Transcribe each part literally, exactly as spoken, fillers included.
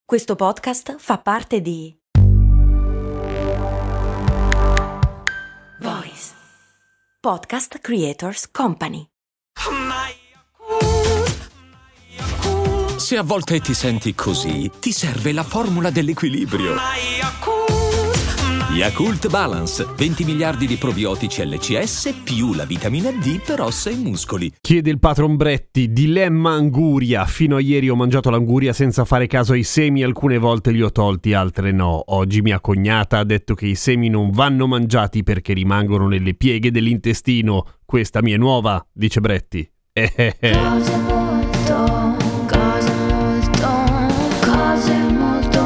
Questo podcast fa parte di Voice Podcast Creators Company. Se a volte ti senti così, ti serve la formula dell'equilibrio. Yakult Balance, venti miliardi di probiotici L C S più la vitamina D per ossa e muscoli. Chiede il patron Bretti, dilemma anguria. Fino a ieri ho mangiato l'anguria senza fare caso ai semi, alcune volte li ho tolti, altre no. Oggi mia cognata ha detto che i semi non vanno mangiati perché rimangono nelle pieghe dell'intestino. Questa mi è nuova, dice Bretti. Eh eh eh. Cose molto, cose molto, cose molto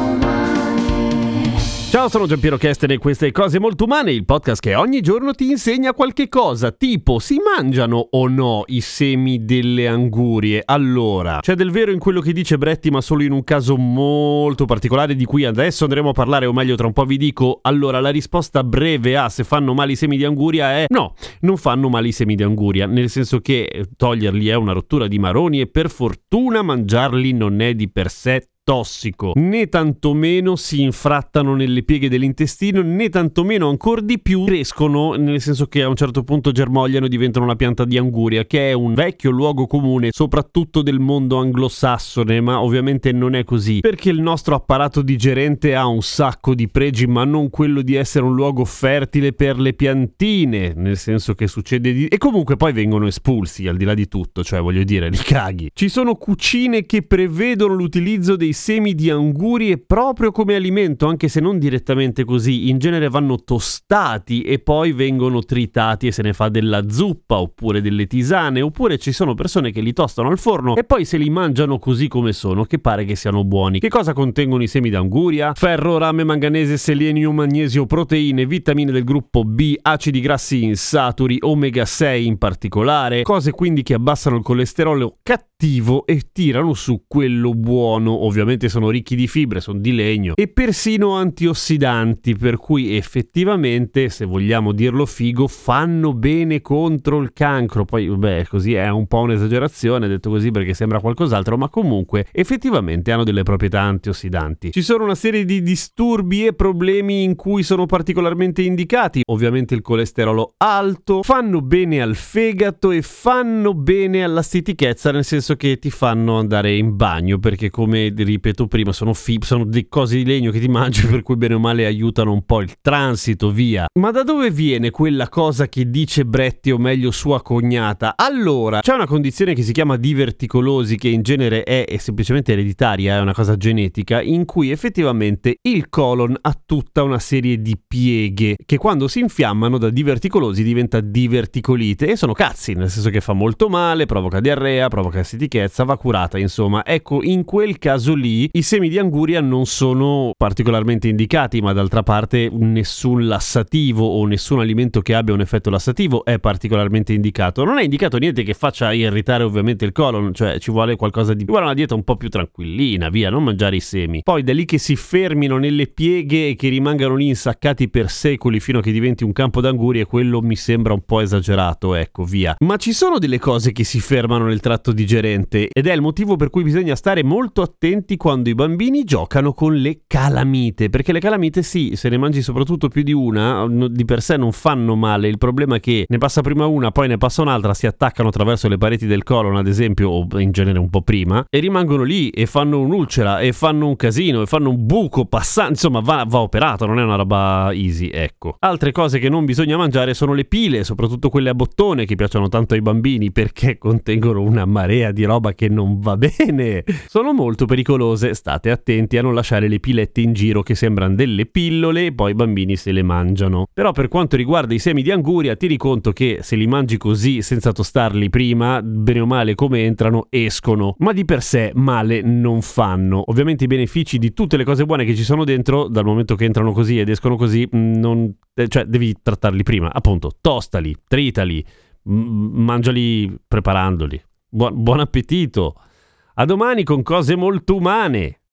umane. Ciao, sono Giampiero Kesten e queste Cose Molto Umane, il podcast che ogni giorno ti insegna qualche cosa, tipo si mangiano o no i semi delle angurie? Allora, c'è del vero in quello che dice Bretti, ma solo in un caso molto particolare di cui adesso andremo a parlare, o meglio tra un po' vi dico. Allora, la risposta breve a se fanno male i semi di anguria è no, non fanno male i semi di anguria, nel senso che toglierli è una rottura di maroni e per fortuna mangiarli non è di per sé tossico, né tantomeno si infrattano nelle pieghe dell'intestino, né tantomeno ancora di più crescono, nel senso che a un certo punto germogliano e diventano una pianta di anguria, che è un vecchio luogo comune soprattutto del mondo anglosassone, ma ovviamente non è così, perché il nostro apparato digerente ha un sacco di pregi, ma non quello di essere un luogo fertile per le piantine, nel senso che succede di... e comunque poi vengono espulsi, al di là di tutto, cioè voglio dire, li caghi. Ci sono cucine che prevedono l'utilizzo dei semi di angurie proprio come alimento, anche se non direttamente così. In genere vanno tostati e poi vengono tritati e se ne fa della zuppa oppure delle tisane, oppure ci sono persone che li tostano al forno e poi se li mangiano così come sono, che pare che siano buoni. Che cosa contengono i semi d'anguria? Ferro, rame, manganese, selenio, magnesio, proteine, vitamine del gruppo B, acidi grassi insaturi, omega sei in particolare, cose quindi che abbassano il colesterolo cattivo e tirano su quello buono. Ovviamente sono ricchi di fibre, sono di legno e persino antiossidanti, per cui effettivamente, se vogliamo dirlo figo, fanno bene contro il cancro. Poi beh, così è un po' un'esagerazione detto così perché sembra qualcos'altro, ma comunque effettivamente hanno delle proprietà antiossidanti. Ci sono una serie di disturbi e problemi in cui sono particolarmente indicati. Ovviamente il colesterolo alto, fanno bene al fegato e fanno bene alla stitichezza, nel senso che ti fanno andare in bagno, perché come ripeto prima sono fib, sono dei cose di legno che ti mangi, per cui bene o male aiutano un po' il transito via. Ma da dove viene quella cosa che dice Bretti, o meglio sua cognata? Allora, c'è una condizione che si chiama diverticolosi, che in genere è, è semplicemente ereditaria, è una cosa genetica, in cui effettivamente il colon ha tutta una serie di pieghe che quando si infiammano da diverticolosi diventa diverticolite e sono cazzi, nel senso che fa molto male, provoca diarrea, provoca stitichezza, va curata, insomma. Ecco, in quel caso lì i semi di anguria non sono particolarmente indicati, ma d'altra parte nessun lassativo o nessun alimento che abbia un effetto lassativo è particolarmente indicato. Non è indicato niente che faccia irritare ovviamente il colon, cioè ci vuole qualcosa di... ci vuole una dieta un po' più tranquillina, via, non mangiare i semi. Poi da lì che si fermino nelle pieghe e che rimangano lì insaccati per secoli fino a che diventi un campo d'angurie, quello mi sembra un po' esagerato, ecco, via. Ma ci sono delle cose che si fermano nel tratto digerente ed è il motivo per cui bisogna stare molto attenti quando i bambini giocano con le calamite, perché le calamite sì, se ne mangi soprattutto più di una, di per sé non fanno male. Il problema è che ne passa prima una, poi ne passa un'altra, si attaccano attraverso le pareti del colon ad esempio, o in genere un po' prima, e rimangono lì e fanno un'ulcera e fanno un casino e fanno un buco passante, insomma va, va operato, non è una roba easy, ecco. Altre cose che non bisogna mangiare sono le pile, soprattutto quelle a bottone che piacciono tanto ai bambini perché contengono una marea di roba che non va bene, sono molto pericolose. State attenti a non lasciare le pilette in giro che sembrano delle pillole e poi i bambini se le mangiano. Però per quanto riguarda i semi di anguria, tieni conto che se li mangi così senza tostarli prima, bene o male come entrano escono, ma di per sé male non fanno. Ovviamente i benefici di tutte le cose buone che ci sono dentro, dal momento che entrano così ed escono così, non... cioè devi trattarli prima, appunto, tostali, tritali, m- mangiali preparandoli. Buon, buon appetito! A domani con Cose Molto Umane!